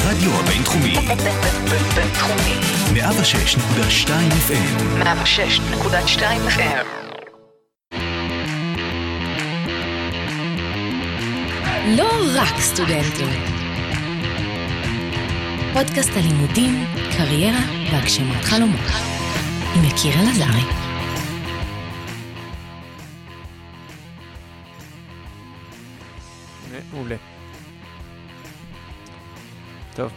הרדיו הבינתחומי. בינתחומי. 106.2 FM. 106.2 FM. לא רק סטודנטים. פודקאסט הלימודים, קריירה והגשמת חלומות. עם יקיר אלעזרי. מעולה. טוב.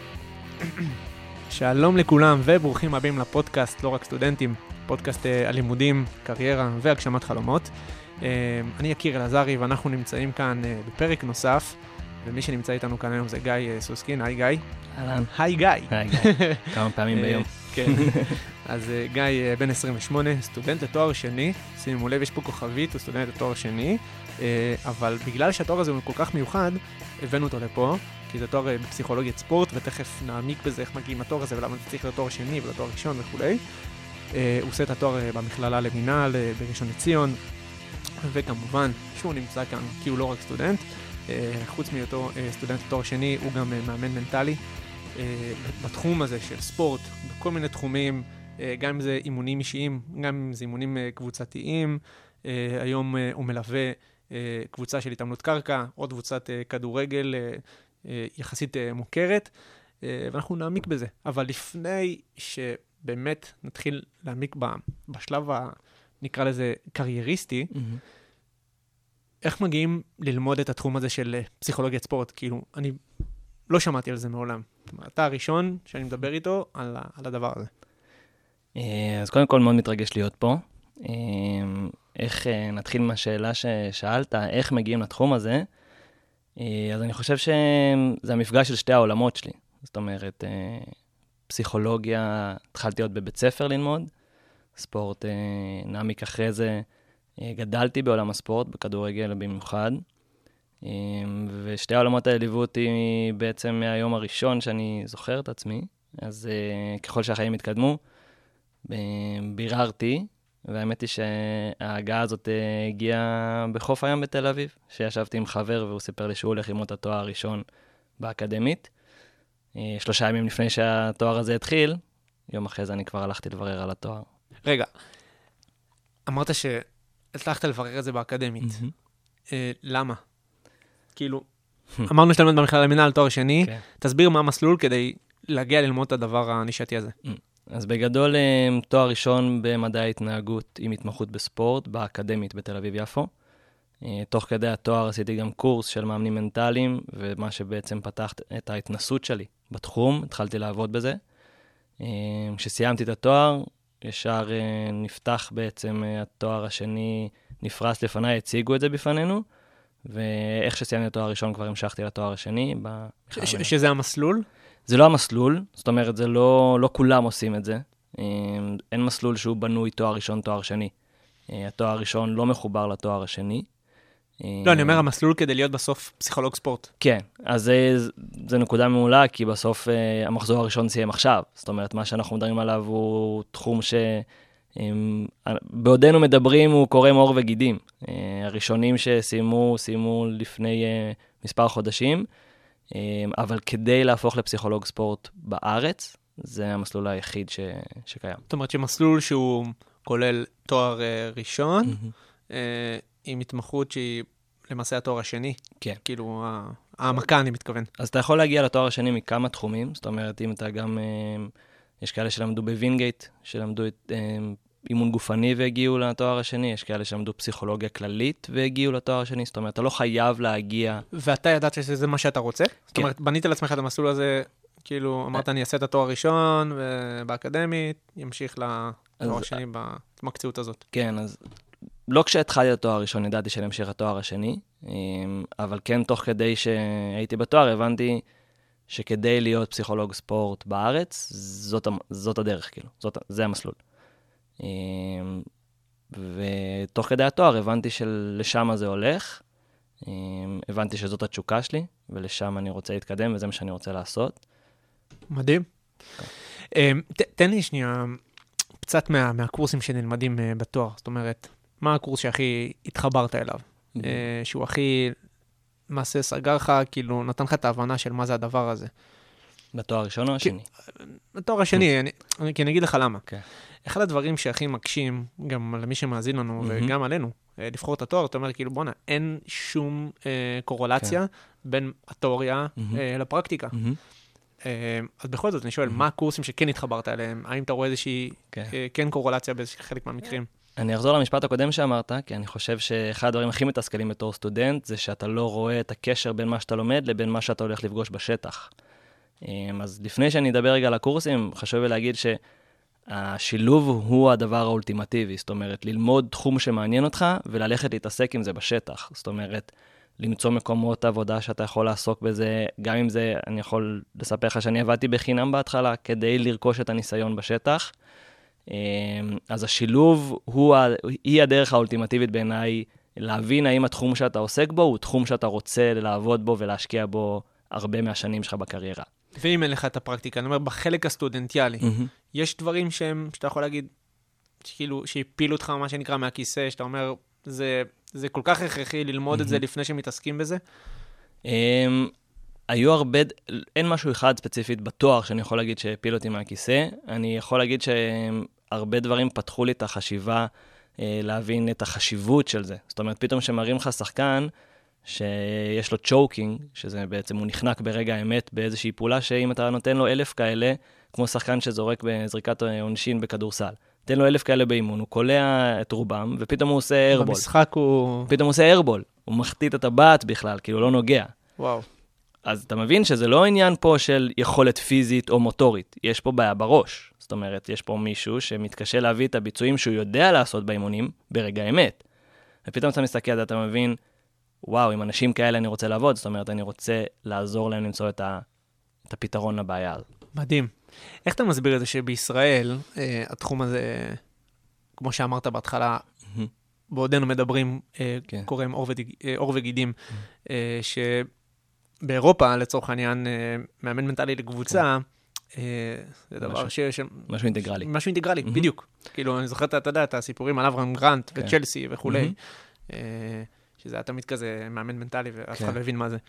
שלום לכולם וברוכים הבאים לפודקאסט לא רק סטודנטים, פודקאסט הלימודים, קריירה והגשמת חלומות. אני יקיר אלעזרי ואנחנו נמצאים כאן בפרק נוסף, ומי שנמצא איתנו כאן היום זה גיא סוסקין. היי גיא. אהלן. היי גיא. היי גיא. כמה פעמים ביום. כן. אז גיא בן 28, סטודנט לתואר שני, שימו לב, יש פה כוכבית, הוא סטודנט לתואר שני, אבל בגלל שהתואר הזה הוא כל כך מיוחד, הבאנו אותו לפה, כי זה תואר בפסיכולוגיית ספורט, ותכף נעמיק בזה איך מגיעים לתואר הזה, ולמה זה צריך להיות תואר שני ולתואר ראשון וכו'. הוא עושה את התואר במכללה למינהל בראשון לציון, וכמובן שהוא נמצא כאן כי הוא לא רק סטודנט, חוץ מהיותו סטודנט לתואר שני, הוא גם מאמן מנטלי, בתחום הזה של ספורט, בכל מיני תחומים, גם אם זה אימונים אישיים, גם אם זה אימונים קבוצתיים. היום הוא מלווה קבוצה של התאמנות קרקע, עוד קבוצת כדורגל יחסית מוכרת, ואנחנו נעמיק בזה. אבל לפני שבאמת נתחיל להעמיק בשלב נקרא לזה קרייריסטי, איך מגיעים ללמוד את התחום הזה של פסיכולוגיית ספורט? כאילו, אני לא שמעתי על זה מעולם. זאת אומרת, אתה הראשון שאני מדבר איתו על הדבר הזה. אז קודם כל מאוד מתרגש להיות פה. איך נתחיל מהשאלה ששאלת, איך מגיעים לתחום הזה? אז אני חושב שזה המפגש של שתי העולמות שלי. זאת אומרת, פסיכולוגיה, התחלתי עוד בבית ספר ללמוד, ספורט נעמיק אחרי זה, גדלתי בעולם הספורט, בכדורגל במיוחד, ושתי העולמות האלה ליוו אותי בעצם מהיום הראשון שאני זוכר את עצמי, אז ככל שהחיים התקדמו, ביררתי, והאמת היא שההגעה הזאת הגיעה בחוף הים בתל אביב, שישבתי עם חבר והוא סיפר לי שהוא הולך ללמוד את התואר הראשון באקדמית. 3 ימים לפני שהתואר הזה התחיל, יום אחרי זה אני כבר הלכתי לברר על התואר. רגע, אמרת שהצלחת לברר את זה באקדמית. למה? כאילו, אמרנו שאתה לומד במכללה למינהל תואר שני, תסביר מה המסלול כדי להגיע ללמוד את הדבר הנישתי הזה. אז בגדול, תואר ראשון במדעי ההתנהגות עם התמחות בספורט, באקדמית בתל אביב יפו. תוך כדי התואר עשיתי גם קורס של מאמנים מנטליים, ומה שבעצם פתח את ההתנסות שלי בתחום, התחלתי לעבוד בזה. כשסיימתי את התואר, ישר נפתח בעצם התואר השני, נפרס לפניי, הציגו את זה בפנינו, ואיך שסיימתי את התואר הראשון כבר המשכתי לתואר השני. שזה המסלול? זה לא המסלול, זאת אומרת, זה לא כולם עושים את זה. אין מסלול שהוא בנוי תואר ראשון, תואר שני. התואר הראשון לא מחובר לתואר השני. לא, אני אומר המסלול כדי להיות בסוף פסיכולוג ספורט. כן, אז זה נקודה מעולה, כי בסוף המחזור הראשון סיים עכשיו. זאת אומרת, מה שאנחנו מדברים עליו הוא תחום בעודנו מדברים, הוא קורם עור וגידים. הראשונים סיימו לפני מספר חודשים, אבל כדי להפוך לפסיכולוג ספורט בארץ, זה המסלול היחיד שקיים. זאת אומרת שמסלול שהוא כולל תואר ראשון, עם התמחות שהיא למעשה התואר השני. כן. כאילו, העמקה אני מתכוון. אז אתה יכול להגיע לתואר השני מכמה תחומים, זאת אומרת, אם אתה גם, יש כאלה שלמדו בווינגייט, שלמדו אימון גופני והגיעו לתואר השני, יש כאלה שלמדו פסיכולוגיה כללית והגיעו לתואר השני, זאת אומרת, אתה לא חייב להגיע. ואתה ידעת שזה מה שאתה רוצה? כן. זאת אומרת, בנית לעצמך את המסלול הזה, כאילו, אמרת, אני אעשה את התואר הראשון, ובאקדמית, ימשיך לתואר השני במקצועות הזאת. כן, אז לא כשהתחלתי לתואר הראשון, ידעתי שאני אמשיך לתואר השני, אבל כן, תוך כדי שהייתי בתואר, הבנתי שכדי להיות פסיכולוג ספורט בארץ, זאת הדרך, כאילו, זה המסלול. ותוך כדי התואר הבנתי שלשם זה הולך, הבנתי שזאת התשוקה שלי, ולשם אני רוצה להתקדם, וזה מה שאני רוצה לעשות. מדהים. תן לי שנייה, קצת מהקורסים שנלמדים בתואר, זאת אומרת, מה הקורס שהכי התחברת אליו? שהוא הכי, מעשה סגר לך, כאילו, נתן לך את ההבנה של מה זה הדבר הזה. בתואר הראשון או השני? בתואר השני, כי אני אגיד לך למה. כן. אחד הדברים שהכי מקשים, גם למי שמאזין לנו וגם עלינו, לבחור את התואר, אתה אומר כאילו, בונה, אין שום קורולציה בין התיאוריה לפרקטיקה. אז בכל זאת, אני שואל, מה הקורסים שכן התחברת אליהם? האם אתה רואה איזושהי כן קורולציה בחלק מהמקרים? אני אחזור למשפט הקודם שאמרת, כי אני חושב שאחד הדברים הכי מתסכלים בתור סטודנט, זה שאתה לא רואה את הקשר בין מה שאתה לומד לבין מה שאתה הולך לפגוש בשטח. אז לפני שאני אדבר רגע על הקורסים, חשוב לי להגיד שהשילוב הוא הדבר האולטימטיבי. זאת אומרת, ללמוד תחום שמעניין אותך וללכת להתעסק עם זה בשטח. זאת אומרת, למצוא מקומות עבודה שאתה יכול לעסוק בזה, גם אם זה, אני יכול לספר לך שאני עבדתי בחינם בהתחלה, כדי לרכוש את הניסיון בשטח. אז השילוב היא הדרך האולטימטיבית בעיניי, להבין האם התחום שאתה עוסק בו הוא תחום שאתה רוצה לעבוד בו ולהשקיע בו הרבה מהשנים שלך בקריירה. ואם אין לך את הפרקטיקה, אני אומר, בחלק הסטודנטיאלי, יש דברים שאתה יכול להגיד, כאילו, שהפילו אותך, מה שנקרא, מהכיסא, שאתה אומר, זה כל כך הכרחי ללמוד את זה לפני שמתעסקים בזה? היו הרבה, אין משהו אחד ספציפית בתואר שאני יכול להגיד שהפיל אותי מהכיסא. אני יכול להגיד שהרבה דברים פתחו לי את החשיבה, להבין את החשיבות של זה. זאת אומרת, פתאום שמראים לך שחקן, שיש לו צ'וקינג, שזה בעצם הוא נחנק ברגע האמת באיזושהי פעולה, שאם אתה נותן לו 1,000 כאלה, כמו שחקן שזורק בזריקת עונשין בכדורסל, תן לו 1,000 כאלה באימון, הוא קולע את רובם, ופתאום הוא עושה איירבול. במשחק הוא... פתאום הוא עושה איירבול, הוא מחטיא את הטבעת בכלל, כאילו לא נוגע. וואו. אז אתה מבין שזה לא עניין פה של יכולת פיזית או מוטורית, יש פה בעיה בראש. זאת אומרת, יש פה מישהו שמתקשה להביא את הביצועים שהוא יודע לעשות באימונים ברגע האמת. ופתאום אתה מסתכל, אתה מבין, וואו, עם אנשים כאלה אני רוצה לעבוד, זאת אומרת, אני רוצה לעזור להם למצוא את הפתרון לבעיה הזו. מדהים. איך אתה מסביר את זה שבישראל, התחום הזה, כמו שאמרת בהתחלה, בעודנו מדברים, קוראים אור וגידים, שבאירופה, לצורך העניין, מאמן מנטלי לקבוצה, זה דבר משהו אינטגרלי. משהו אינטגרלי, בדיוק. כאילו, אני זוכרת, אתה יודע, את הסיפורים על אברהם גרנט וצ'לסי וכולי, שזה היה תמיד כזה מאמן מנטלי, ואף אחד לא הבין מה זה.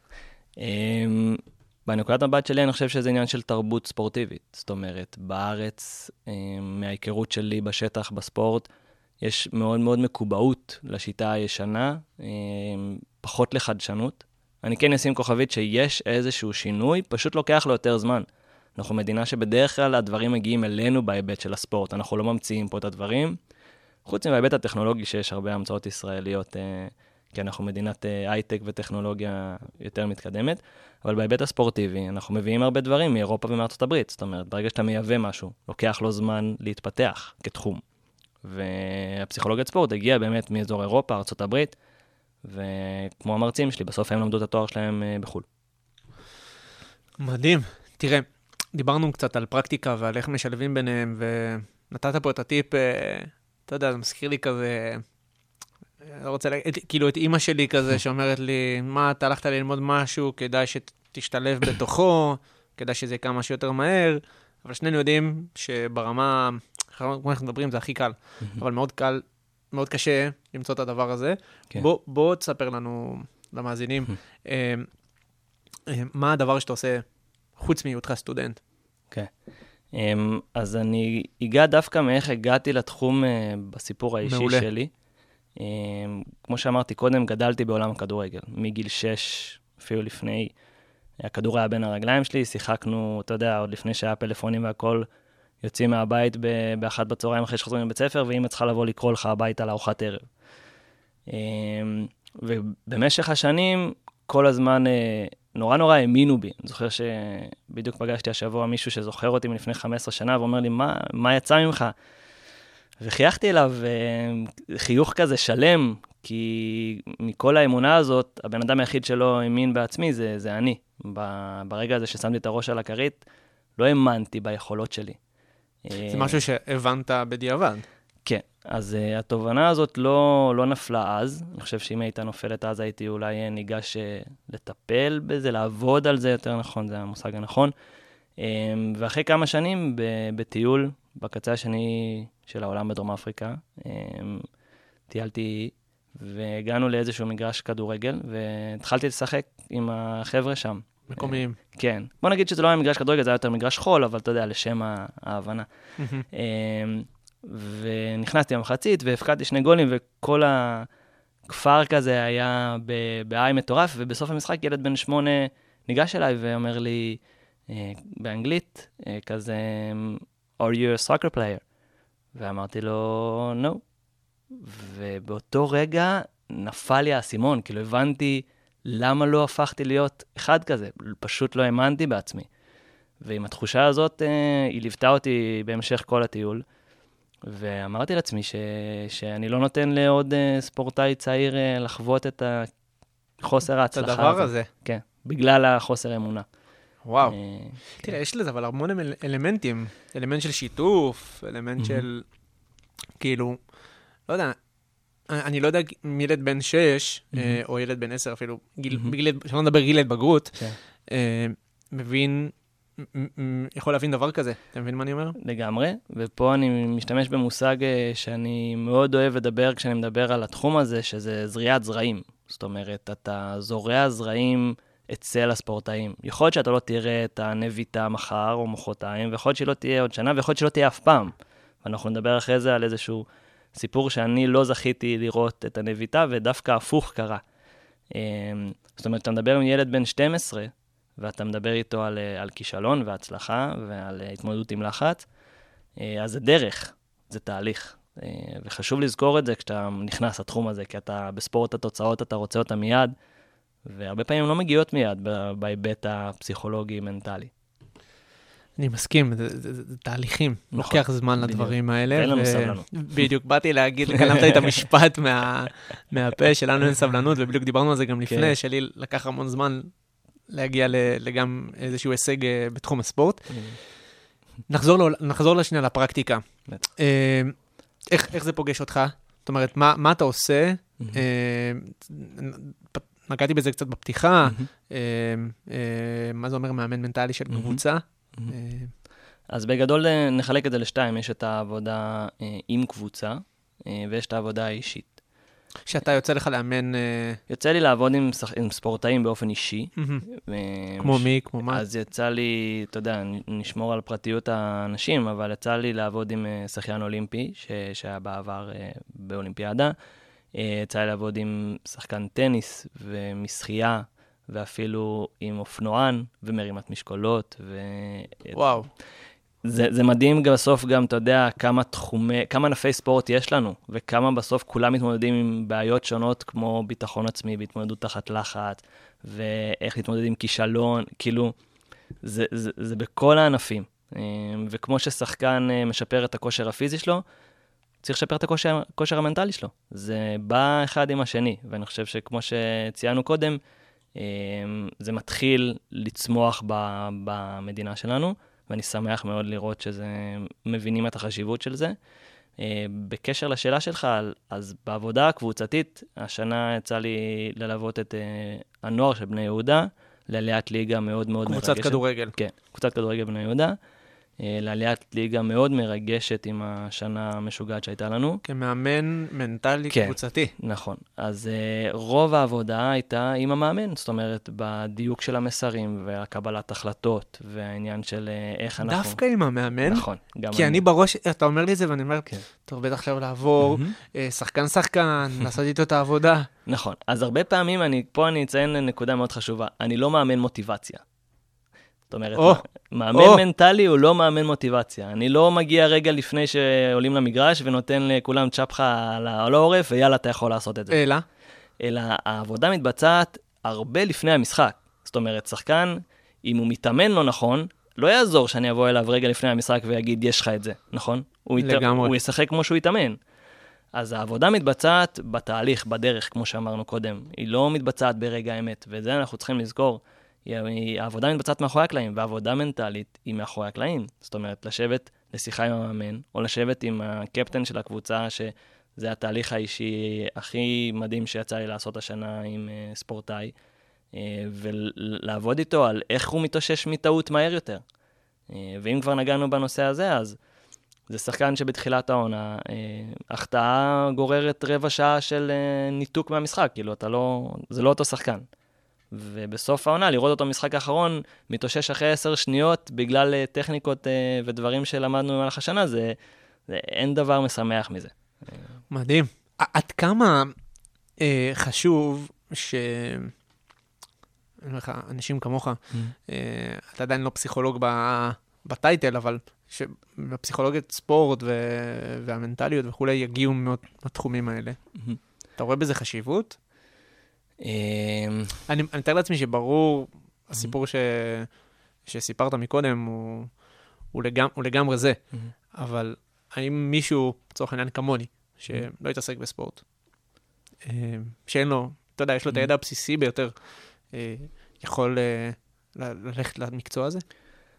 בנקודת מבט שלי, אני חושב שזה עניין של תרבות ספורטיבית. זאת אומרת, בארץ, מההיכרות שלי בשטח, בספורט, יש מאוד מאוד מקובעות לשיטה הישנה, פחות לחדשנות. אני כן אשים כוכבית שיש איזשהו שינוי, פשוט לוקח לו יותר זמן. אנחנו מדינה שבדרך כלל הדברים מגיעים אלינו בהיבט של הספורט. אנחנו לא ממציאים פה את הדברים. חוץ מההיבט הטכנולוגי שיש הרבה המצאות ישראליות, כי אנחנו מדינת הייטק וטכנולוגיה יותר מתקדמת, אבל בהיבט הספורטיבי אנחנו מביאים הרבה דברים מאירופה ומארצות הברית. זאת אומרת, ברגע שאתה מייבא משהו, לוקח לו זמן להתפתח כתחום. והפסיכולוגיית ספורט הגיעה באמת מאזור אירופה, ארצות הברית, וכמו המרצים שלי, בסוף הם למדו את התואר שלהם בחול. מדהים. תראה, דיברנו קצת על פרקטיקה ועל איך משלבים ביניהם, ונתת פה את הטיפ, אתה יודע, זה מזכיר לי כזה, אני רוצה להגיד, כאילו את אמא שלי כזה, שאומרת לי, מה, אתה הלכת ללמוד משהו, כדאי שתשתלב בתוכו, כדאי שזה יהיה כמה שיותר מהר, אבל שנינו יודעים שברמה, כמו אנחנו מדברים, זה הכי קל, אבל מאוד קל, מאוד קשה למצוא את הדבר הזה. בוא תספר לנו, למאזינים, מה הדבר שאתה עושה חוץ מהיותך סטודנט? כן. אז אני אגע דווקא מאיך הגעתי לתחום בסיפור האישי שלי. כמו שאמרתי קודם, גדלתי בעולם הכדורגל. מגיל 6, אפילו לפני, הכדור היה בין הרגליים שלי, שיחקנו, אתה יודע, עוד לפני שהיה פלאפונים והכל, יוצאים מהבית באחת בצהריים אחרי שחוזרים מבית ספר, ואמא צריכה לבוא לקרוא לך הביתה לארוחת ערב. ובמשך השנים, כל הזמן נורא האמינו בי. אני זוכר שבדיוק פגשתי השבוע מישהו שזוכר אותי מלפני 15 שנה, ואומר לי, מה יצא ממך? וחייכתי אליו חיוך כזה שלם, כי מכל האמונה הזאת, הבן אדם היחיד שלא האמין בעצמי, זה אני. ברגע הזה ששמתי את הראש על הכרית, לא האמנתי ביכולות שלי. זה משהו שהבנת בדיעבד. כן, אז התובנה הזאת לא נפלה אז. אני חושב שאם הייתה נופלת אז, הייתי אולי ניגש לטפל בזה, לעבוד על זה יותר נכון, זה המושג הנכון. ואחרי כמה שנים, בטיול, בקצה השני של העולם בדרום אפריקה, טיילתי והגענו לאיזשהו מגרש כדורגל, והתחלתי לשחק עם החבר'ה שם. מקומיים. כן. בוא נגיד שזה לא היה מגרש כדורגל, זה היה יותר מגרש חול, אבל אתה יודע, לשם ההבנה. ונכנסתי במחצית, והפקדתי 2 גולים, וכל הכפר כזה היה בעי מטורף, ובסוף המשחק ילד בן 8 ניגש אליי ואומר לי, באנגלית, כזה, are you a soccer player? ואמרתי לו, no. ובאותו רגע נפל לי האסימון, כאילו הבנתי למה לא הפכתי להיות אחד כזה, פשוט לא האמנתי בעצמי. ועם התחושה הזאת, היא ליוותה אותי בהמשך כל הטיול, ואמרתי לעצמי שאני לא נותן לעוד ספורטאי צעיר לחוות את חוסר ההצלחה. את הדבר הזה. כן, בגלל החוסר אמונה. וואו. תראה, יש לזה אבל המון אלמנטים. אלמנט של שיתוף, אלמנט של, כאילו, לא יודע, אני לא יודע אם ילד בן 6, או ילד בן 10 אפילו, שלא נדבר גיל התבגרות, מבין, יכול להבין דבר כזה. אתה מבין מה אני אומר? לגמרי, ופה אני משתמש במושג שאני מאוד אוהב לדבר כשאני מדבר על התחום הזה, שזה זריעת זרעים. זאת אומרת, אתה זורע זרעים אצל הספורטאים. יכול להיות שאתה לא תראה את הנביטה מחר או מחרתיים, ויכול להיות שלא תהיה עוד שנה, ויכול להיות שלא תהיה אף פעם. ואנחנו נדבר אחרי זה על איזשהו סיפור שאני לא זכיתי לראות את הנביטה, ודווקא הפוך קרה. זאת אומרת, אתה מדבר עם ילד בן 12, ואתה מדבר איתו על כישלון והצלחה, ועל התמודדות עם לחץ, אז זה דרך, זה תהליך. וחשוב לזכור את זה כשאתה נכנס לתחום הזה, כי אתה בספורט התוצאות, אתה רוצה אותה מיד, והרבה פעמים לא מגיעות מיד בהיבט הפסיכולוגי-מנטלי. אני מסכים, זה תהליכים. לוקח זמן לדברים האלה. אין לנו סבלנות. בדיוק, באתי להגיד, קלמת לי את המשפט מהפה, שלנו אין סבלנות, ובדיוק דיברנו על זה גם לפני, שלי לקח המון זמן להגיע לגם איזשהו הישג בתחום הספורט. נחזור לשנייה לפרקטיקה. איך זה פוגש אותך? זאת אומרת, מה אתה עושה? נגעתי בזה קצת בפתיחה. מה זה אומר מאמן מנטלי של קבוצה? אז בגדול נחלק את זה לשתיים. יש את העבודה עם קבוצה, ויש את העבודה האישית. שאתה יוצא לך לאמן... יוצא לי לעבוד עם ספורטאים באופן אישי. כמו מי? כמו מה? אז יצא לי, אתה יודע, נשמור על פרטיות האנשים, אבל יצא לי לעבוד עם שחיין אולימפי, שהיה בעבר באולימפיאדה. יצא לי לעבוד עם שחקן טניס ומשחייה, ואפילו עם אופנוען ומרימת משקולות. וואו. זה מדהים בסוף גם, אתה יודע, כמה ענפי ספורט יש לנו, וכמה בסוף כולם מתמודדים עם בעיות שונות, כמו ביטחון עצמי, בהתמודדות תחת לחץ, ואיך להתמודד עם כישלון, כאילו, זה בכל הענפים. וכמו ששחקן משפר את הכושר הפיזי שלו, צריך לשפר את הכושר המנטלי שלו. זה בא אחד עם השני, ואני חושב שכמו שציינו קודם, זה מתחיל לצמוח במדינה שלנו, ואני שמח מאוד לראות שזה מבינים את החשיבות של זה. בקשר לשאלה שלך, אז בעבודה הקבוצתית, השנה יצא לי ללוות את הנוער של בני יהודה, לעליית ליגה מאוד מאוד מרגשת. קבוצת כדורגל. כן, קבוצת כדורגל בני יהודה. לעליית ליגה מאוד מרגשת עם השנה המשוגעת שהייתה לנו. כמאמן מנטלי קבוצתי. נכון. אז רוב העבודה הייתה עם המאמן, זאת אומרת, בדיוק של המסרים והקבלת החלטות, והעניין של איך אנחנו... דווקא עם המאמן? נכון. כי אני בראש, אתה אומר לי את זה ואני אומר, טוב, בטח עכשיו לעבור, שחקן, לעשות איתו את העבודה. נכון. אז הרבה פעמים, פה אני אציין נקודה מאוד חשובה, אני לא מאמן מוטיבציה. זאת אומרת, מאמן מנטלי הוא לא מאמן מוטיבציה. אני לא מגיע רגע לפני שעולים למגרש ונותן לכולם צ'פחה על העורף, ויאללה, אתה יכול לעשות את זה. אלא העבודה מתבצעת הרבה לפני המשחק. זאת אומרת, שחקן, אם הוא מתאמן לא נכון, לא יעזור שאני אבוא אליו רגע לפני המשחק ויגיד, יש לך את זה, נכון? לגמרי. הוא ישחק כמו שהוא יתאמן. אז העבודה מתבצעת בתהליך, בדרך, כמו שאמרנו קודם. היא לא מתבצעת ברגע האמת, וזה אנחנו צריכים לזכור. העבודה מתבצעת מאחורי הקלעים, והעבודה מנטלית היא מאחורי הקלעים. זאת אומרת, לשבת לשיחה עם המאמן, או לשבת עם הקפטן של הקבוצה, שזה התהליך האישי הכי מדהים שיצא לי לעשות השנה עם ספורטאי, ולעבוד איתו על איך הוא מתאושש מטעות מהר יותר. ואם כבר נגענו בנושא הזה, אז זה שחקן שבתחילת העונה, החטאה גוררת רבע שעה של ניתוק מהמשחק, כאילו, זה לא אותו שחקן. ובסוף העונה, לראות אותו משחק האחרון, מתאושש אחרי 10 שניות, בגלל טכניקות ודברים שלמדנו במהלך השנה, זה אין דבר משמח מזה. מדהים. עד כמה חשוב אנשים כמוך, אתה עדיין לא פסיכולוג בטייטל, אבל שבפסיכולוגיית ספורט והמנטליות וכולי יגיעו מהתחומים האלה. אתה רואה בזה חשיבות? אני מתאר לעצמי שברור, הסיפור שסיפרת מקודם הוא לגמרי זה, אבל האם מישהו, לצורך העניין כמוני, שלא יתעסק בספורט, שאין לו, אתה יודע, יש לו את הידע הבסיסי ביותר, יכול ללכת למקצוע הזה?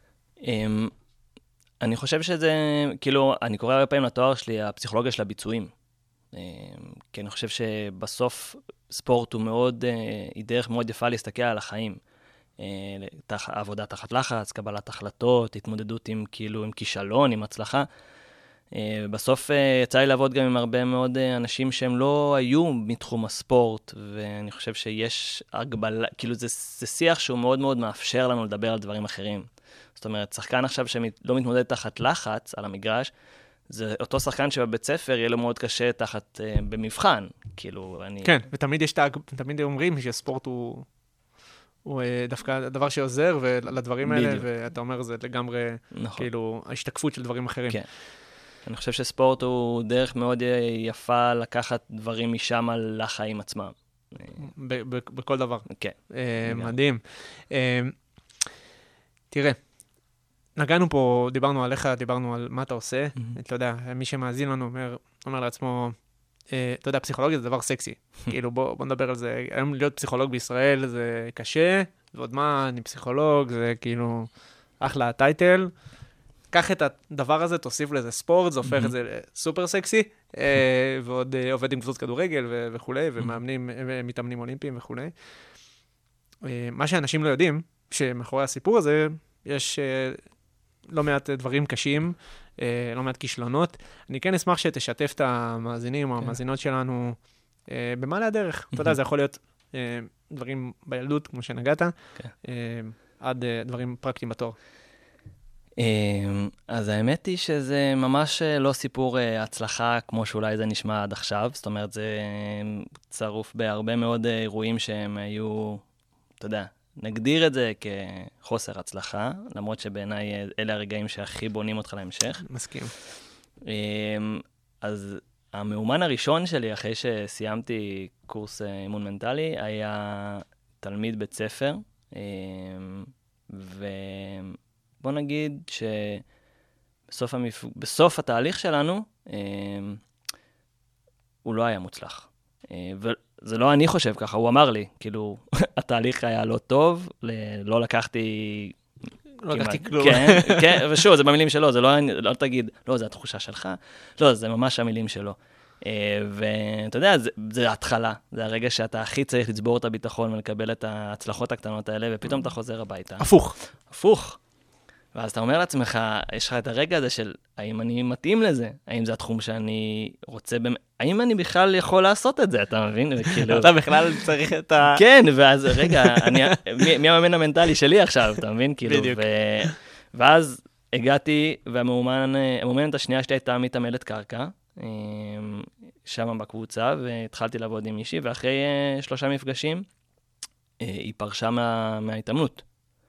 אני חושב שזה, כאילו, אני קורא הרבה פעמים לתואר שלי, הפסיכולוגיה של הביצועים. כי אני חושב שבסוף ספורט הוא מאוד, היא דרך מאוד יפה להסתכל על החיים. עבודה תחת לחץ, קבלת החלטות, התמודדות עם, כאילו, עם כישלון, עם הצלחה. בסוף יצא לי לעבוד גם עם הרבה מאוד אנשים שהם לא היו מתחום הספורט, ואני חושב שיש הגבלה, כאילו זה שיח שהוא מאוד מאוד מאפשר לנו לדבר על דברים אחרים. זאת אומרת, שחקן עכשיו שלא מתמודד תחת לחץ על המגרש, זה אותו שחקן שבבית ספר יהיה לו מאוד קשה תחת במבחן. כאילו, אני... כן, ותמיד תמיד אומרים שספורט הוא דווקא הדבר שעוזר לדברים האלה, ואתה אומר, זה לגמרי, כאילו, ההשתקפות של דברים אחרים. כן. אני חושב שספורט הוא דרך מאוד יפה לקחת דברים משם לחיים עצמם. בכל דבר. כן. מדהים. תראה, נגענו פה, דיברנו עליך, דיברנו על מה אתה עושה. אתה יודע, מי שמאזין לנו אומר לעצמו, אתה יודע, פסיכולוגיה זה דבר סקסי. כאילו, בוא נדבר על זה. היום להיות פסיכולוג בישראל זה קשה, ועוד מה, אני פסיכולוג, זה כאילו אחלה טייטל. קח את הדבר הזה, תוסיף לזה ספורט, זה הופך את זה סופר סקסי, ועוד עובד עם קבוצות כדורגל וכולי, ומאמנים, מתאמנים אולימפיים וכולי. מה שאנשים לא יודעים, שמאחורי הסיפור הזה, יש לא מעט דברים קשים, לא מעט כישלונות. אני כן אשמח שתשתף את המאזינים או המאזינות שלנו במעלה הדרך. אתה יודע, זה יכול להיות דברים בילדות, כמו שנגעת, עד דברים פרקטיים בתור. אז האמת היא שזה ממש לא סיפור הצלחה כמו שאולי זה נשמע עד עכשיו, זאת אומרת זה צרוף בהרבה מאוד אירועים שהם היו, אתה יודע, נגדיר את זה כחוסר הצלחה, למרות שבעיניי אלה הרגעים שהכי בונים אותך להמשך. מסכים. אז המאומן הראשון שלי אחרי שסיימתי קורס אימון מנטלי היה תלמיד בית ספר, בוא נגיד שבסוף התהליך שלנו, הוא לא היה מוצלח. וזה לא אני חושב ככה, הוא אמר לי, כאילו, התהליך היה לא טוב, לא לקחתי... לא לקחתי כלום. כן, כן, ושוב, זה במילים שלו, זה לא תגיד, לא, זה התחושה שלך, לא, זה ממש המילים שלו. ואתה יודע, זה ההתחלה, זה הרגע שאתה הכי צריך לצבור את הביטחון ולקבל את ההצלחות הקטנות האלה, ופתאום אתה חוזר הביתה. הפוך. ואז אתה אומר לעצמך, יש לך את הרגע הזה של, האם אני מתאים לזה? האם זה התחום שאני רוצה, האם אני בכלל יכול לעשות את זה? אתה מבין? אתה בכלל צריך את ה... כן, ואז רגע, מי המאמן המנטלי שלי עכשיו? אתה מבין? בדיוק. ואז הגעתי, והמאמנת השנייה שלי הייתה מתעמלת קרקע, שם בקבוצה, והתחלתי לעבוד עם אישי, ואחרי 3 מפגשים, היא פרשה מההתאמנות.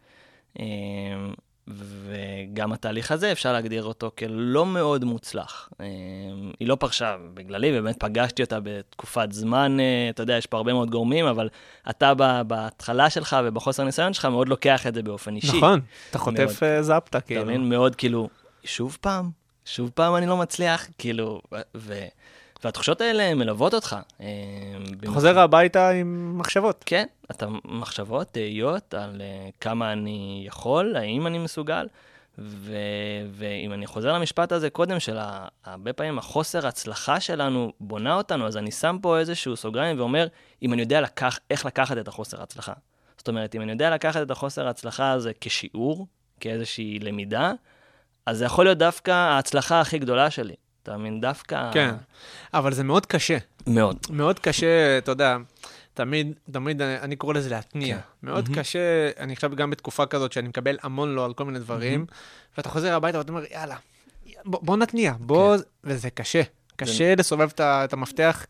וגם התהליך הזה אפשר להגדיר אותו כלא מאוד מוצלח. היא לא פרשה בגללי, ובאמת פגשתי אותה בתקופת זמן, אתה יודע, יש פה הרבה מאוד גורמים, אבל אתה בהתחלה שלך ובחוסר ניסיון שלך מאוד לוקח את זה באופן אישי. נכון, אתה חוטף זפטה, כאילו. אתה מבין, מאוד כאילו, שוב פעם אני לא מצליח, כאילו, והתחושות האלה מלוות אותך. אתה חוזר הביתה עם מחשבות. כן, אתה מחשבות, תהיות על כמה אני יכול, האם אני מסוגל, ואם אני חוזר למשפט הזה קודם של הרבה פעמים החוסר הצלחה שלנו בונה אותנו, אז אני שם פה איזשהו סוגריים ואומר, אם אני יודע איך לקחת את החוסר הצלחה. זאת אומרת, אם אני יודע לקחת את החוסר הצלחה הזה כשיעור, כאיזושהי למידה, אז זה יכול להיות דווקא ההצלחה הכי גדולה שלי. אתה מבין, דווקא... כן, אבל זה מאוד קשה. מאוד. מאוד קשה, אתה יודע, תמיד אני קורא לזה להתניע. מאוד קשה, אני חושב גם בתקופה כזאת שאני מקבל המון לא על כל מיני דברים, ואתה חוזר הביתה ואתה אומר, יאללה, בוא נתניע, וזה קשה. קשה לסובב את המפתח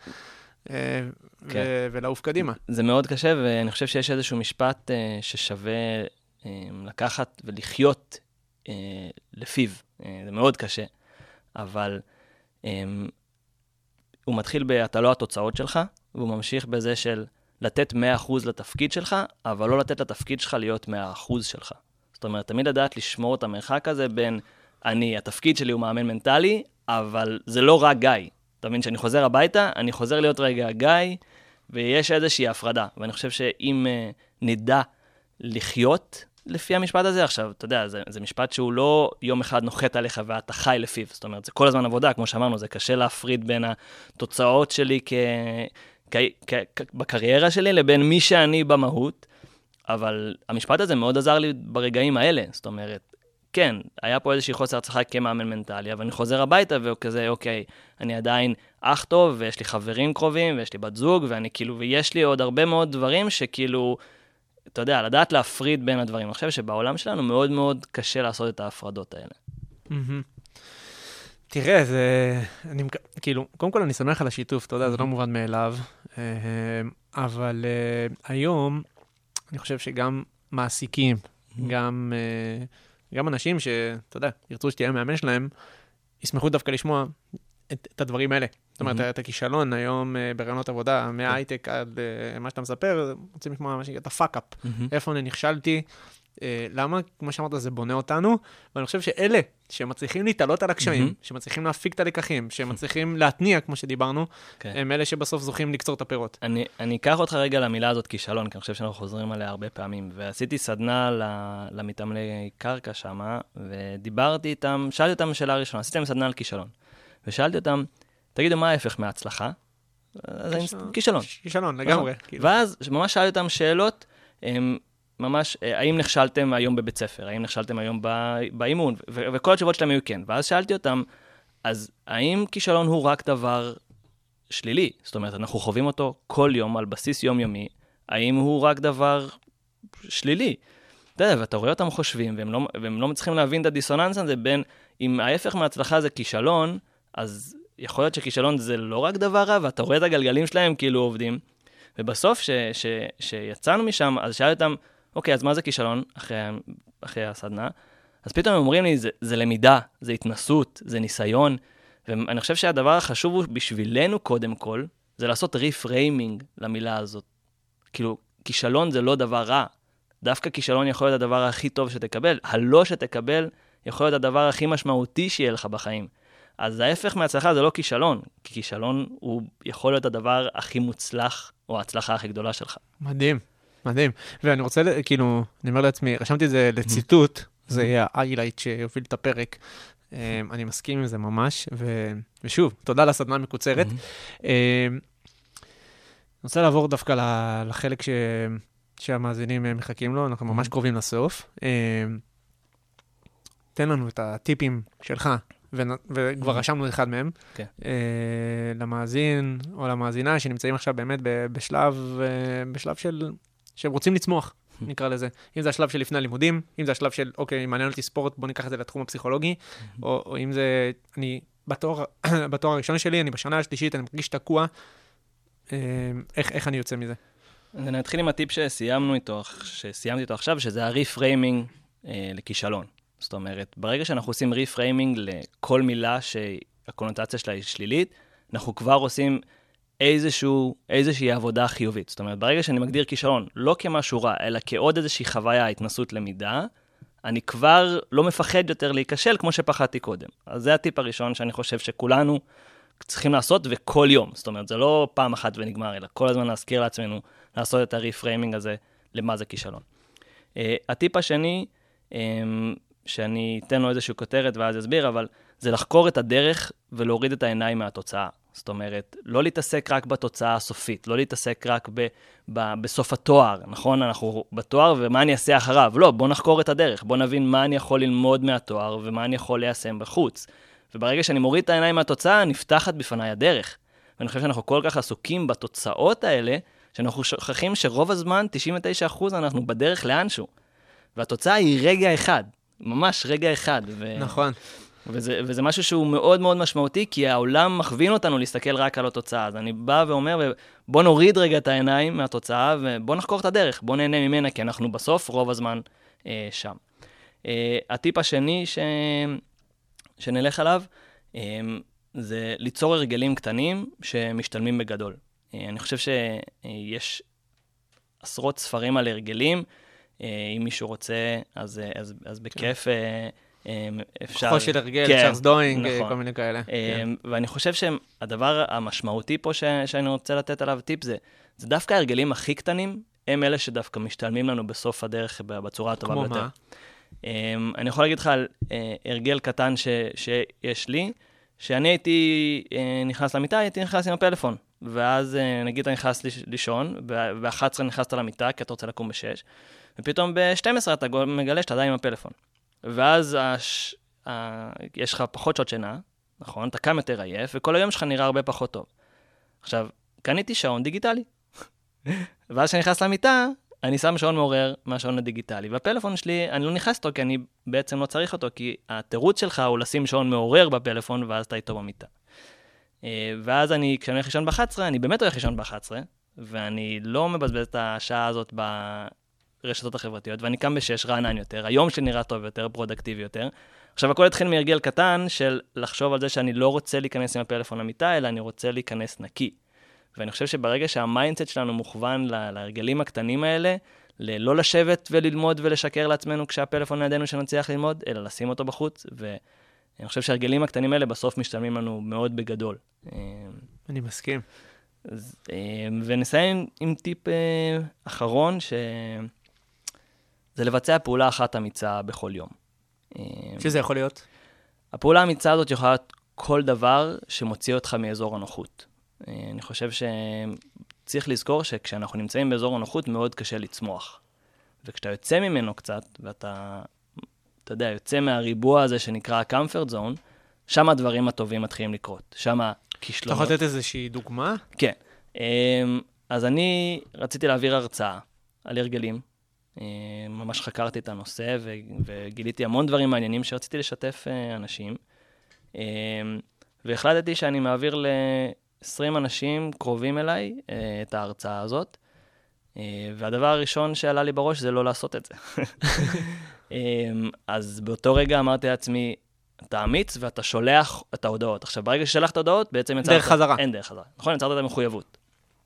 ולעוף קדימה. זה מאוד קשה, ואני חושב שיש איזשהו משפט ששווה לקחת ולחיות לפיו. זה מאוד קשה, אבל הוא מתחיל אתה לא התוצאות שלך, והוא ממשיך בזה של לתת 100% לתפקיד שלך, אבל לא לתת לתפקיד שלך להיות 100% שלך. זאת אומרת, תמיד לדעת לשמור את המרחק הזה בין התפקיד שלי הוא מאמן מנטלי, אבל זה לא רק גיא. אתה מבין, שאני חוזר הביתה, אני חוזר להיות רגע גיא, ויש איזושהי הפרדה. ואני חושב שאם נדע לחיות לפי המשפט הזה, עכשיו, אתה יודע, זה משפט שהוא לא יום אחד נוחת עליך ואתה חי לפיו. זאת אומרת, זה כל הזמן עבודה, כמו שאמרנו, זה קשה להפריד בין התוצאות שלי בקריירה שלי לבין מי שאני במהות, אבל המשפט הזה מאוד עזר לי ברגעים האלה. זאת אומרת, כן, היה פה איזושהי חוסר הצלחה כמאמן מנטלי, אבל אני חוזר הביתה וכזה, אוקיי, אני עדיין אח טוב, ויש לי חברים קרובים, ויש לי בת זוג, ואני כאילו, ויש לי עוד הרבה מאוד דברים שכאילו, אתה יודע, לדעת להפריד בין הדברים. אני חושב שבעולם שלנו מאוד מאוד קשה לעשות את ההפרדות האלה. תראה, כאילו, קודם כל אני שמח על השיתוף, אתה יודע, זה לא מובן מאליו, אבל היום, אני חושב שגם מעסיקים, גם אנשים שאתה יודע, ירצו שתהיה מאמן שלהם, ישמחו דווקא לשמוע את הדברים האלה. זאת אומרת, את הכישלון היום ברעיונות עבודה, מההייטק עד מה שאתה מספר, רוצים לשמוע את הפאק-אפ. איפה אני נכשלתי, למה? כמו שאמרת, זה בונה אותנו, ואני חושב שאלה שמצליחים להתעלות על הקשיים, שמצליחים להפיק את הלקחים, שמצליחים להתניע, כמו שדיברנו, הם אלה שבסוף זוכים לקצור את הפירות. אני אקח אותך רגע למילה הזאת כישלון, כי אני חושב שאנחנו חוזרים עליה הרבה פעמים, ועשיתי סדנה למתאמני קרקע שם, ודיברתי איתם, שאלתי אותם שאלה ראשונה, עשיתי להם סדנה על כישלון, ושאלתי אותם, תגידו מה ההפך מההצלחה? כישלון. כישלון, לגמרי. ואז ממש שאלתי אותם שאלות, ממש, האם נכשלתם היום בבית ספר? האם נכשלתם היום באימון? וכל התשובות שלהם היו כן. ואז שאלתי אותם, אז האם כישלון הוא רק דבר שלילי? זאת אומרת, אנחנו חווים אותו כל יום על בסיס יומיומי. האם הוא רק דבר שלילי? אתה יודע, ואתה רואה אותם חושבים, והם לא מצליחים להבין את הדיסוננס הזה בין, אם ההפך מההצלחה זה כישלון, אז יכול להיות שכישלון זה לא רק דבר רע, ואתה רואה את הגלגלים שלהם כאילו עובדים. ובסוף שיצאנו משם, אז שאלתי אותם, אוקיי, אז מה זה כישלון אחרי הסדנה? אז פתאום הם אומרים לי, זה למידה, זה התנסות, זה ניסיון, ואני חושב שהדבר החשוב הוא בשבילנו קודם כל, זה לעשות ריפריימינג למילה הזאת. כאילו, כישלון זה לא דבר רע. דווקא כישלון יכול להיות הדבר הכי טוב שתקבל. הלא שתקבל יכול להיות הדבר הכי משמעותי שיהיה לך בחיים. אז ההפך מההצלחה זה לא כישלון, כי כישלון הוא יכול להיות הדבר הכי מוצלח, או ההצלחה הכי גדולה שלך. מדהים, מדהים. ואני רוצה, כאילו, אני אומר לעצמי, רשמתי את זה לציטוט, זה יהיה ה-highlight שיוביל את הפרק. אני מסכים עם זה ממש, ושוב, תודה לסדנה המקוצרת. אני רוצה לעבור דווקא לחלק שהמאזינים מחכים לו, אנחנו ממש קרובים לסוף. תן לנו את הטיפים שלך, וכבר רשמנו אחד מהם, למאזין או למאזינה שנמצאים עכשיו באמת בשלב שהם רוצים לצמוח, נקרא לזה. אם זה השלב של לפני הלימודים, אם זה השלב של, אוקיי, מעניין אותי ספורט, בוא ניקח את זה לתחום הפסיכולוגי, או אם זה, אני בתואר הראשון שלי, אני בשנה השלישית, אני מרגיש תקוע, איך אני יוצא מזה? אני אתחיל עם הטיפ שסיימתי איתו עכשיו, שזה הריפריימינג לכישלון. זאת אומרת, ברגע שאנחנו עושים ריפריימינג לכל מילה שהקונוטציה שלה היא שלילית, אנחנו כבר עושים איזושהי עבודה חיובית. זאת אומרת, ברגע שאני מגדיר כישלון, לא כמשהו רע, אלא כעוד איזושהי חוויה, התנסות למידה, אני כבר לא מפחד יותר להיכשל כמו שפחדתי קודם. אז זה הטיפ הראשון שאני חושב שכולנו צריכים לעשות, וכל יום. זאת אומרת, זה לא פעם אחת ונגמר, אלא כל הזמן להזכיר לעצמנו לעשות את הריפריימינג הזה למה זה כישלון. הטיפ השני, שאני אתן לו איזושהי כותרת ואז אסביר, אבל זה לחקור את הדרך ולהוריד את העיניים מהתוצאה. זאת אומרת, לא להתעסק רק בתוצאה הסופית, לא להתעסק רק בסוף התואר, נכון? אנחנו בתואר ומה אני אעשה אחריו. לא, בוא נחקור את הדרך, בוא נבין מה אני יכול ללמוד מהתואר ומה אני יכול ליישם בחוץ. וברגע שאני מוריד את העיניים מהתוצאה, נפתחת בפניי הדרך. ואני חושב שאנחנו כל כך עסוקים בתוצאות האלה, שאנחנו שוכחים שרוב הזמן, 99% אנחנו בדרך לאנשהו. והתוצאה היא רגע אחד, ממש רגע אחד. נכון. וזה משהו שהוא מאוד מאוד משמעותי, כי העולם מכווין אותנו להסתכל רק על התוצאה. אז אני בא ואומר, בוא נוריד רגע את העיניים מהתוצאה, ובוא נחקור את הדרך, בוא נהנה ממנה, כי אנחנו בסוף רוב הזמן שם. הטיפ השני שנלך עליו, זה ליצור הרגלים קטנים שמשתלמים בגדול. אני חושב שיש עשרות ספרים על הרגלים, אם מישהו רוצה, אז בכיף אפשר... כוחו של הרגל, צ'ארלס דוינג, כל מיני כאלה. ואני חושב שהדבר המשמעותי פה שאני רוצה לתת עליו טיפ זה דווקא ההרגלים הכי קטנים, הם אלה שדווקא משתלמים לנו בסוף הדרך בצורה הטובה ביותר. כמו מה? אני יכול להגיד לך על הרגל קטן שיש לי, שאני הייתי נכנס למיטה, הייתי נכנס עם הפלאפון. ואז נגיד אתה נכנס לישון, ב-11 נכנסת למיטה, כי אתה רוצה לקום ב-6, ופתאום ב-12 אתה מגלה שאתה עדיין עם הפלאפון. ואז יש לך פחות שעות שינה, נכון? אתה קם יותר עייף, וכל היום שלך נראה הרבה פחות טוב. עכשיו, קניתי שעון דיגיטלי. ואז כשאני נכנס למיטה, אני שם שעון מעורר מהשעון הדיגיטלי. והפלאפון שלי, אני לא נכנס אותו, כי אני בעצם לא צריך אותו, כי התירוץ שלך הוא לשים שעון מעורר בפלאפון, ואז אתה איתו במיטה. ואז כשאני הולך לישון ב-11, אני באמת הולך לישון ב-11, ואני לא מבזבז את השעה הזאת ברשתות החברתיות, ואני קם ב-6 רענן יותר, היום שנראה טוב יותר, פרודקטיבי יותר. עכשיו, הכל התחיל מהרגל קטן של לחשוב על זה שאני לא רוצה להיכנס עם הפלאפון למיטה, אלא אני רוצה להיכנס נקי. ואני חושב שברגע שהמיינדסט שלנו מוכוון להרגלים הקטנים האלה, לא לשבת וללמוד ולשקר לעצמנו כשהפלאפון לידינו שנצליח ללמוד, אלא לשים אותו בחוץ, ואני חושב שהרגלים הקטנים האלה בסוף משתלמים לנו מאוד בגדול. אני מסכים. ונסיים עם טיפ אחרון, זה לבצע פעולה אחת אמיצה בכל יום. שזה יכול להיות? הפעולה האמיצה הזאת יכולה להיות כל דבר שמוציא אותך מאזור הנוחות. אני חושב שצריך לזכור שכשאנחנו נמצאים באזור הנוחות מאוד קשה לצמוח. וכשאתה יוצא ממנו קצת, ואתה יודע, יוצא מהריבוע הזה שנקרא comfort zone, שם הדברים הטובים מתחילים לקרות. שם הכישלונות. אתה יכול לתת איזושהי דוגמה? כן. אז אני רציתי להעביר הרצאה על הרגלים. ממש חקרתי את הנושא וגיליתי המון דברים מעניינים שרציתי לשתף אנשים. והחלטתי שאני מעביר ל-20 אנשים קרובים אליי את ההרצאה הזאת. והדבר הראשון שעלה לי בראש זה לא לעשות את זה. אז באותו רגע אמרתי לעצמי, אתה אמיץ ואתה שולח את ההודעות. עכשיו, ברגע ששלחת ההודעות, בעצם יצרת... דרך חזרה. אין דרך חזרה. נכון, יצרת את המחויבות.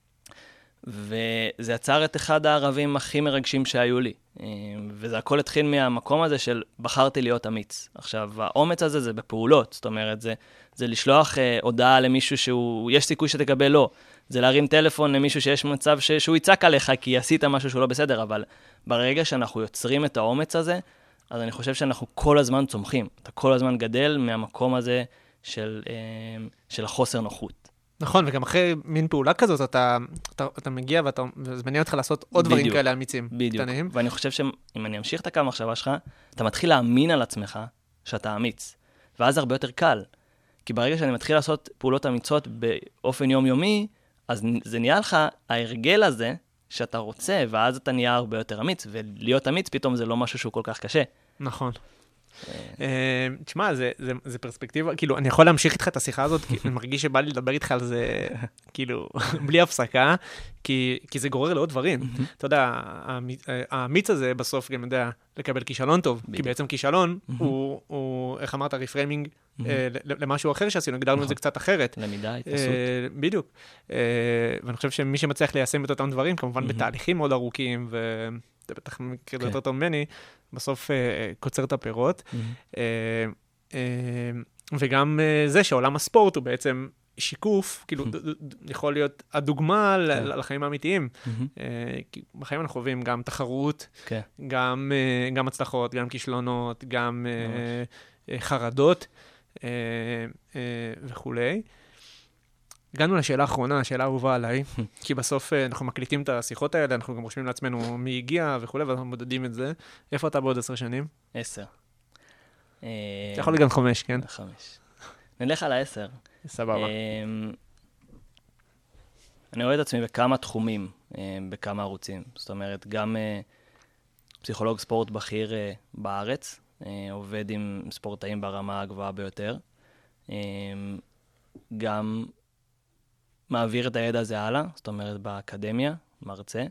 וזה יצר את אחד הערבים הכי מרגשים שהיו לי. וזה הכל התחיל מהמקום הזה של בחרתי להיות אמיץ. עכשיו, האומץ הזה זה בפעולות. זאת אומרת, זה לשלוח הודעה למישהו יש סיכוי שתקבל לא. זה להרים טלפון למישהו שיש מצב שהוא יצק עליך כי עשית משהו שהוא לא בסדר, אבל ברגע שאנחנו יוצרים את האומץ הזה, אז אני חושב שאנחנו כל הזמן צומחים. אתה כל הזמן גדל מהמקום הזה של החוסר נוחות. נכון, וגם אחרי מין פעולה כזאת, אתה מגיע וזה מעניין אותך לעשות עוד דברים כאלה אמיצים. בדיוק, ואני חושב שאם אני אמשיך את הקו המחשבה שלך, אתה מתחיל להאמין על עצמך שאתה אמיץ, ואז הרבה יותר קל. כי ברגע שאני מתחיל לעשות פעולות אמיצות באופן יומיומי, אז זה נהיה לך ההרגל הזה שאתה רוצה, ואז אתה נהיה הרבה יותר אמיץ, ולהיות אמיץ פתאום זה לא משהו שהוא כל כך קשה. נכון. תשמע, זה פרספקטיבה, כאילו, אני יכול להמשיך איתך את השיחה הזאת, כי אני מרגיש שבא לי לדבר איתך על זה, כאילו, בלי הפסקה, כי זה גורר לעוד דברים. אתה יודע, האמיץ הזה בסוף גם יודע לקבל כישלון טוב, כי בעצם כישלון הוא, איך אמרת, רפריימינג למשהו אחר שעשינו, הגדרנו את זה קצת אחרת. למידה, התנסות. בדיוק. ואני חושב שמי שמצליח ליישם את אותם דברים, כמובן בתהליכים מאוד ארוכים, אתה בטח מכיר יותר טוב ממני, בסוף קוצר את הפירות. וגם זה שעולם הספורט הוא בעצם שיקוף, כאילו יכול להיות הדוגמה לחיים האמיתיים. כי בחיים אנחנו חווים גם תחרות, גם הצלחות, גם כישלונות, גם חרדות וכולי. הגענו לשאלה האחרונה, השאלה האהובה עליי, כי בסוף אנחנו מקליטים את השיחות האלה, אנחנו גם רושמים לעצמנו מי הגיע וכולי, ואנחנו מודדים את זה. איפה אתה בעוד 10 שנים? 10. אתה יכול גם 5, כן? 5. נלך על 10. סבבה. אני רואה את עצמי בכמה תחומים, בכמה ערוצים. זאת אומרת, גם פסיכולוג ספורט בכיר בארץ, עובד עם ספורטאים ברמה הגבוהה ביותר. גם מעביר את הידע הזה הלאה, זאת אומרת, באקדמיה, מרצה.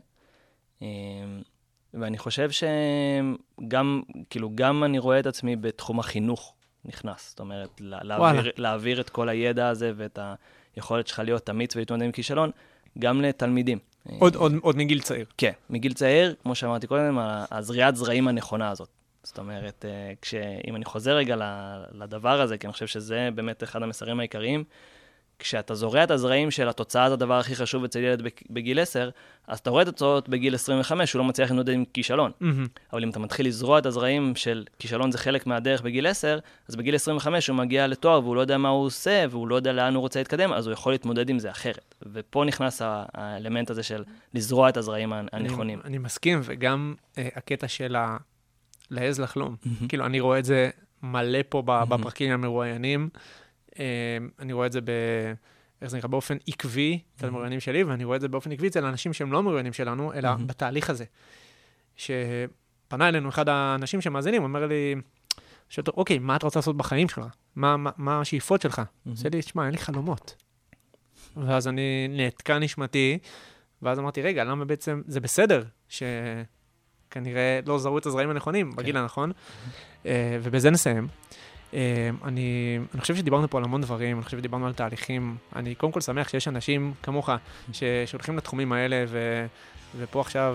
ואני חושב שגם, כאילו, גם אני רואה את עצמי בתחום החינוך נכנס. זאת אומרת, להעביר את כל הידע הזה ואת היכולת שלך להיות אמיץ ולהתמודד עם כישלון, גם לתלמידים. עוד מגיל צעיר. כן, מגיל צעיר, כמו שאמרתי קודם, הזריעת זרעים הנכונה הזאת. זאת אומרת, אם אני חוזר רגע לדבר הזה, כי אני חושב שזה באמת אחד המסרים העיקריים, כשאתה זורע את הזרעים של התוצאה, זה הדבר הכי חשוב אצל ילד בגיל 10, אז אתה רואה את התוצאות בגיל 25, הוא לא מצליח להתמודד עם כישלון. אבל אם אתה מתחיל לזרוע את הזרעים של כישלון זה חלק מהדרך בגיל 10, אז בגיל 25 הוא מגיע לתואר והוא לא יודע מה הוא עושה, והוא לא יודע לאן הוא רוצה להתקדם, אז הוא יכול להתמודד עם זה אחרת. ופה נכנס האלמנט הזה של לזרוע את הזרעים הנכונים. אני מסכים, וגם הקטע של להעז לחלום. כאילו, אני רואה את זה מלא פה בפרקים המרואיינים, אני רואה את זה איך זה נקרא, באופן עקבי אצל המרואיינים שלי, ואני רואה את זה באופן עקבי אצל האנשים שהם לא מרואיינים שלנו, אלא בתהליך הזה. שפנה אלינו אחד האנשים שמאזינים, אומר לי, אוקיי, מה אתה רוצה לעשות בחיים שלך? מה השאיפות שלך? עושה לי, תשמע, אין לי חלומות. ואז אני נעתקה נשמתי, ואז אמרתי, רגע, למה בעצם זה בסדר שכנראה לא זרו את הזרעים הנכונים בגיל הנכון, ובזה נסיים. אני חושב שדיברנו פה על המון דברים, אני חושב שדיברנו על תהליכים. אני קודם כל שמח שיש אנשים כמוך שהולכים לתחומים האלה, ופה עכשיו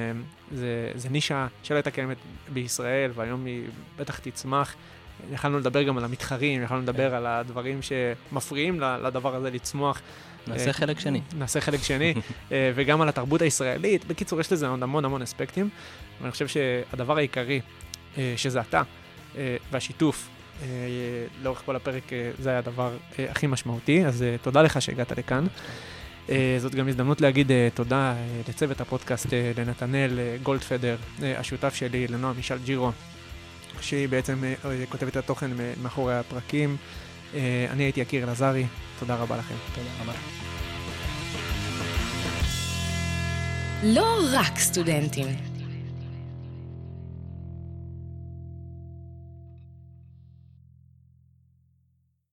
זה נישה שלא הייתה קיימת בישראל, והיום היא בטח תצמח. יכולנו לדבר גם על המתחרים, יכולנו לדבר על הדברים שמפריעים לדבר הזה לצמוח. נעשה חלק שני. נעשה חלק שני, וגם על התרבות הישראלית. בקיצור, יש לזה המון אספקטים, ואני חושב שהדבר העיקרי, שזה אתה, והשיתוף, לאורך כל הפרק זה היה הדבר הכי משמעותי, אז תודה לך שהגעת לכאן. זאת גם הזדמנות להגיד תודה לצוות הפודקאסט, לנתנאל גולדפדר, השותף שלי, לנועה מישל ג'ירו, שהיא בעצם כותבת את התוכן מאחורי הפרקים. אני הייתי יקיר אלעזרי, תודה רבה לכם. תודה רבה. לא רק סטודנטים.